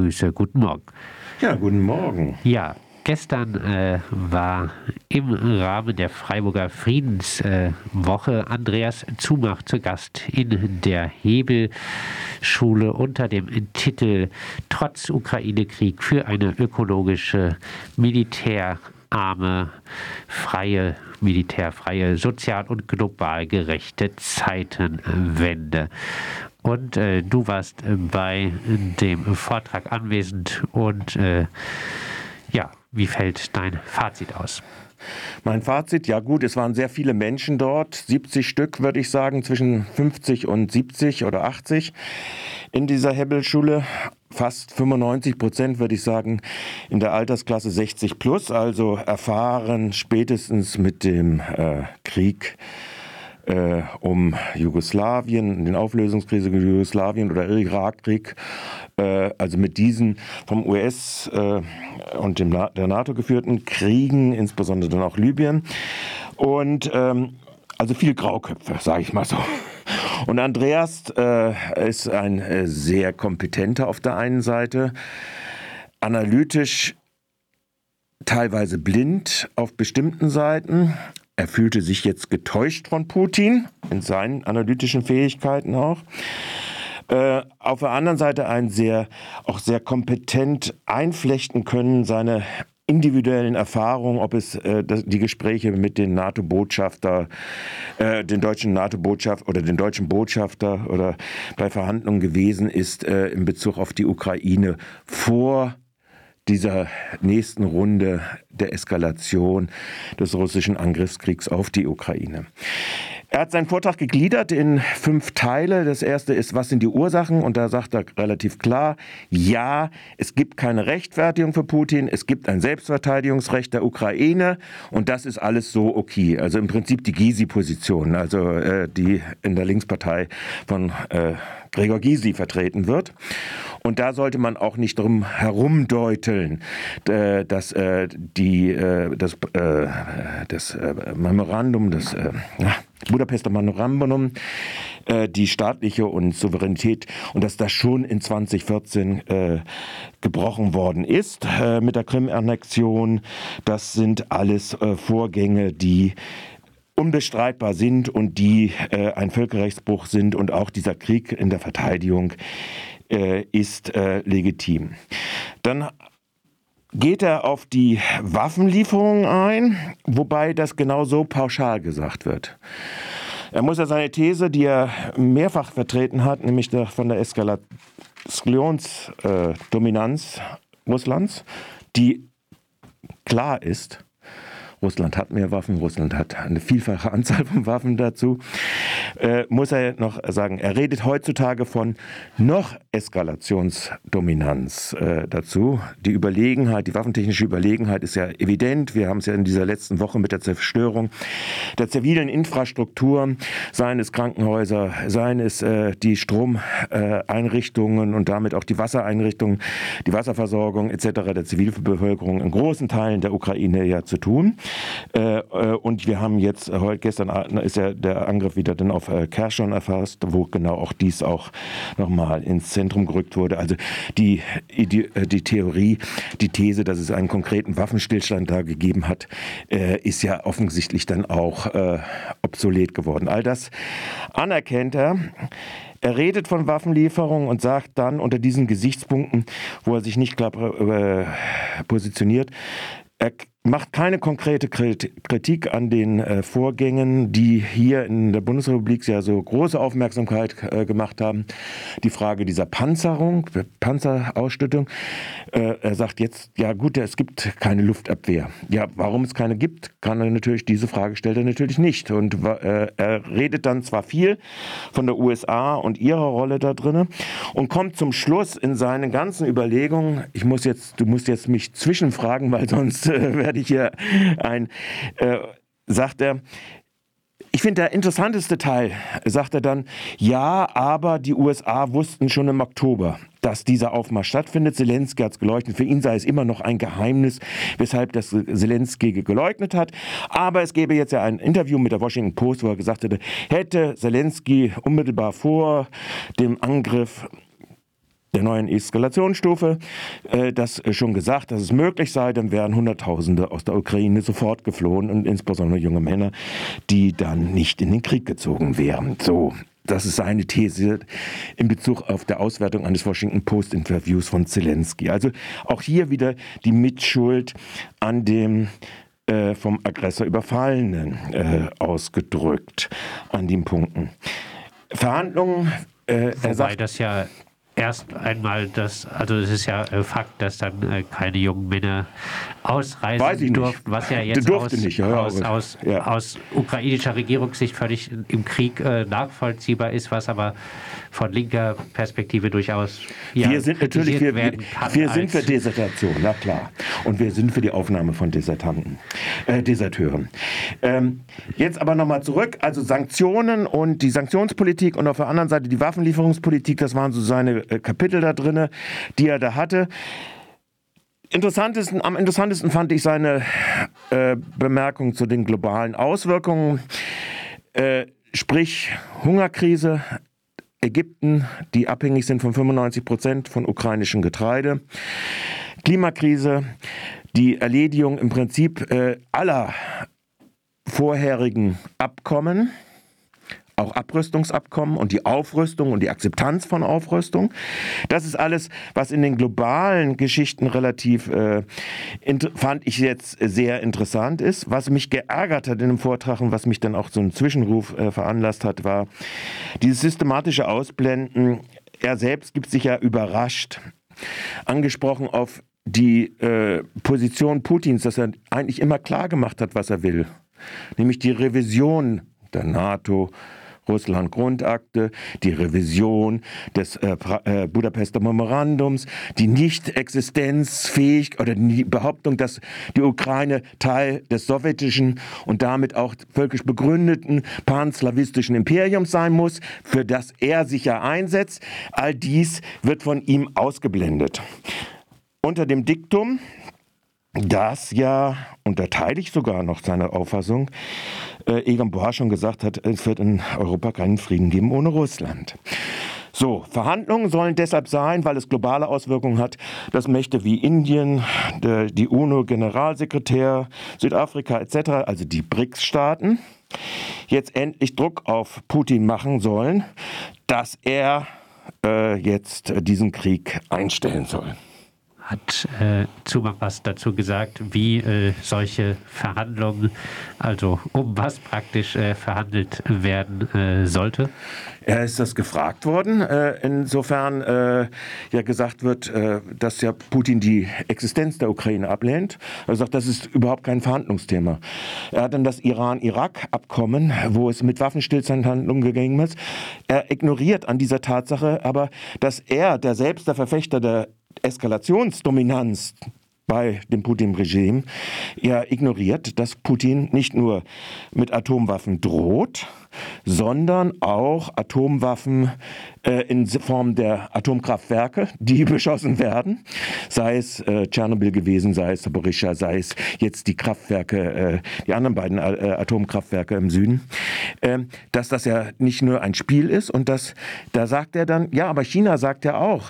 begrüße. Guten Morgen. Ja, guten Morgen. Ja, gestern war im Rahmen der Freiburger Friedenswoche Andreas Zumach zu Gast in der Hebelschule unter dem Titel Trotz Ukraine-Krieg für eine ökologische, militärarme, militärfreie, sozial und global gerechte Zeitenwende. Und du warst bei dem Vortrag anwesend und wie fällt dein Fazit aus? Mein Fazit, ja gut, es waren sehr viele Menschen dort, 70 Stück würde ich sagen, zwischen 50 und 70 oder 80 in dieser Hebelschule. Fast 95% würde ich sagen in der Altersklasse 60 plus, also erfahren spätestens mit dem Krieg um Jugoslawien, den Auflösungskrise Jugoslawien oder Irakkrieg, also mit diesen vom US und der NATO geführten Kriegen, insbesondere dann auch Libyen. Und also viel Grauköpfe, sage ich mal so. Und Andreas ist ein sehr kompetenter auf der einen Seite, analytisch teilweise blind auf bestimmten Seiten. Er fühlte sich jetzt getäuscht von Putin, in seinen analytischen Fähigkeiten auch. Auf der anderen Seite auch sehr kompetent einflechten können, seine individuellen Erfahrungen, ob es die Gespräche mit den NATO-Botschafter, den deutschen NATO-Botschafter oder den deutschen Botschafter oder bei Verhandlungen gewesen ist in Bezug auf die Ukraine vor dieser nächsten Runde der Eskalation des russischen Angriffskriegs auf die Ukraine. Er hat seinen Vortrag gegliedert in 5 Teile. Das erste ist, was sind die Ursachen? Und da sagt er relativ klar, ja, es gibt keine Rechtfertigung für Putin, es gibt ein Selbstverteidigungsrecht der Ukraine und das ist alles so okay. Also im Prinzip die Gysi-Position, also die in der Linkspartei von Gregor Gysi vertreten wird. Und da sollte man auch nicht drum herumdeuteln, dass das Memorandum, das Budapester Memorandum, die staatliche und Souveränität und dass das schon in 2014 gebrochen worden ist mit der Krim-Annexion. Das sind alles Vorgänge, die unbestreitbar sind und die ein Völkerrechtsbruch sind und auch dieser Krieg in der Verteidigung ist legitim. Dann geht er auf die Waffenlieferungen ein, wobei das genau so pauschal gesagt wird. Er muss ja seine These, die er mehrfach vertreten hat, nämlich von der Eskalationsdominanz Russlands, die klar ist. Russland hat mehr Waffen, Russland hat eine vielfache Anzahl von Waffen dazu, muss er noch sagen, er redet heutzutage von noch Eskalationsdominanz dazu. Die Überlegenheit, die waffentechnische Überlegenheit ist ja evident. Wir haben es ja in dieser letzten Woche mit der Zerstörung der zivilen Infrastruktur, seien es Krankenhäuser, seien es die Stromeinrichtungen und damit auch die Wassereinrichtungen, die Wasserversorgung etc. der Zivilbevölkerung in großen Teilen der Ukraine ja zu tun. Und wir haben gestern ist ja der Angriff wieder dann auf Kherson erfasst, wo genau auch dies auch nochmal ins Zentrum gerückt wurde. Also die Theorie, die These, dass es einen konkreten Waffenstillstand da gegeben hat, ist ja offensichtlich dann auch obsolet geworden. All das anerkennt er. Er redet von Waffenlieferungen und sagt dann unter diesen Gesichtspunkten, wo er sich nicht klar positioniert, er macht keine konkrete Kritik an den Vorgängen, die hier in der Bundesrepublik ja so große Aufmerksamkeit gemacht haben. Die Frage dieser Panzerausstattung. Er sagt jetzt, ja gut, es gibt keine Luftabwehr. Ja, warum es keine gibt, diese Frage stellt er natürlich nicht. Und er redet dann zwar viel von der USA und ihrer Rolle da drin und kommt zum Schluss in seinen ganzen Überlegungen, du musst jetzt mich zwischenfragen, weil sonst werde ich hier sagt er, ich finde der interessanteste Teil, sagt er dann, ja, aber die USA wussten schon im Oktober, dass dieser Aufmarsch stattfindet. Zelensky hat es geleugnet. Für ihn sei es immer noch ein Geheimnis, weshalb das Zelensky geleugnet hat. Aber es gäbe jetzt ja ein Interview mit der Washington Post, wo er gesagt hätte Zelensky unmittelbar vor dem Angriff der neuen Eskalationsstufe das schon gesagt, dass es möglich sei, dann wären Hunderttausende aus der Ukraine sofort geflohen und insbesondere junge Männer, die dann nicht in den Krieg gezogen wären. So. Das ist seine These in Bezug auf der Auswertung eines Washington Post-Interviews von Zelensky. Also auch hier wieder die Mitschuld an dem vom Aggressor Überfallenen ausgedrückt, an den Punkten. Verhandlungen. Wobei das ja erst einmal also es ist ja Fakt, dass dann keine jungen Männer ausreisen durften, was ja jetzt aus ukrainischer Regierungssicht völlig im Krieg nachvollziehbar ist, was aber von linker Perspektive durchaus wir sind natürlich wir sind für Desertation, na klar. Und wir sind für die Aufnahme von Deserteuren. Jetzt aber nochmal zurück, also Sanktionen und die Sanktionspolitik und auf der anderen Seite die Waffenlieferungspolitik, das waren so seine Kapitel da drin, die er da hatte. Am interessantesten fand ich seine Bemerkung zu den globalen Auswirkungen, sprich Hungerkrise, Ägypten, die abhängig sind von 95% von ukrainischem Getreide, Klimakrise, die Erledigung im Prinzip aller vorherigen Abkommen, auch Abrüstungsabkommen und die Aufrüstung und die Akzeptanz von Aufrüstung. Das ist alles, was in den globalen Geschichten relativ, fand ich jetzt sehr interessant ist. Was mich geärgert hat in dem Vortrag und was mich dann auch so einen Zwischenruf veranlasst hat, war dieses systematische Ausblenden. Er selbst gibt sich ja überrascht, angesprochen auf die Position Putins, dass er eigentlich immer klar gemacht hat, was er will. Nämlich die Revision der NATO, Russland-Grundakte, die Revision des Budapester Memorandums, die nicht existenzfähig oder die Behauptung, dass die Ukraine Teil des sowjetischen und damit auch völkisch begründeten panslawistischen Imperiums sein muss, für das er sich ja einsetzt. All dies wird von ihm ausgeblendet. Unter dem Diktum, das ja, und da teile ich sogar noch seine Auffassung, Egon Bahr schon gesagt hat, es wird in Europa keinen Frieden geben ohne Russland. So, Verhandlungen sollen deshalb sein, weil es globale Auswirkungen hat, dass Mächte wie Indien, die UNO-Generalsekretär, Südafrika etc., also die BRICS-Staaten, jetzt endlich Druck auf Putin machen sollen, dass er jetzt diesen Krieg einstellen soll. Hat Zumach was dazu gesagt, wie solche Verhandlungen, also um was praktisch verhandelt werden sollte? Er ist das gefragt worden, insofern ja gesagt wird, dass ja Putin die Existenz der Ukraine ablehnt. Er sagt, das ist überhaupt kein Verhandlungsthema. Er hat dann das Iran-Irak-Abkommen, wo es mit Waffenstillstandhandlungen gegangen ist. Er ignoriert an dieser Tatsache aber, dass er, der selbst der Verfechter der Eskalationsdominanz bei dem Putin-Regime, ja ignoriert, dass Putin nicht nur mit Atomwaffen droht, sondern auch Atomwaffen in Form der Atomkraftwerke, die beschossen werden, sei es Tschernobyl gewesen, sei es Zaporizhzhia, sei es jetzt die Kraftwerke, die anderen beiden Atomkraftwerke im Süden, dass das ja nicht nur ein Spiel ist und da sagt er dann, ja, aber China sagt ja auch,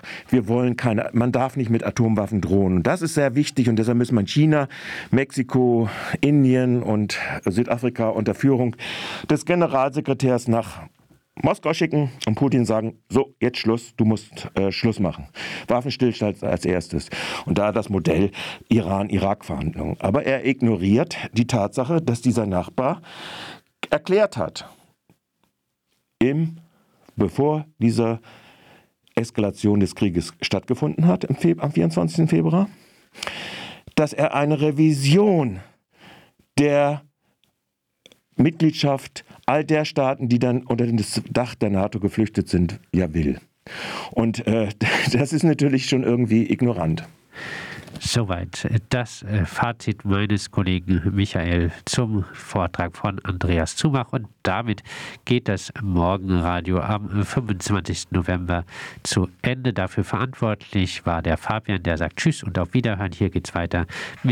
man darf nicht mit Atomwaffen drohen. Und das ist sehr wichtig und deshalb muss man China, Mexiko, Indien und Südafrika unter Führung des Generalsekretärs nach Moskau schicken und Putin sagen, so, jetzt Schluss, du musst Schluss machen. Waffenstillstand als erstes. Und da das Modell Iran-Irak-Verhandlungen. Aber er ignoriert die Tatsache, dass dieser Nachbar erklärt hat, bevor diese Eskalation des Krieges stattgefunden hat, am 24. Februar, dass er eine Revision der Mitgliedschaft all der Staaten, die dann unter das Dach der NATO geflüchtet sind, ja will. Und das ist natürlich schon irgendwie ignorant. Soweit das Fazit meines Kollegen Michael zum Vortrag von Andreas Zumach. Und damit geht das Morgenradio am 25. November zu Ende. Dafür verantwortlich war der Fabian, der sagt Tschüss und auf Wiederhören. Hier geht's weiter mit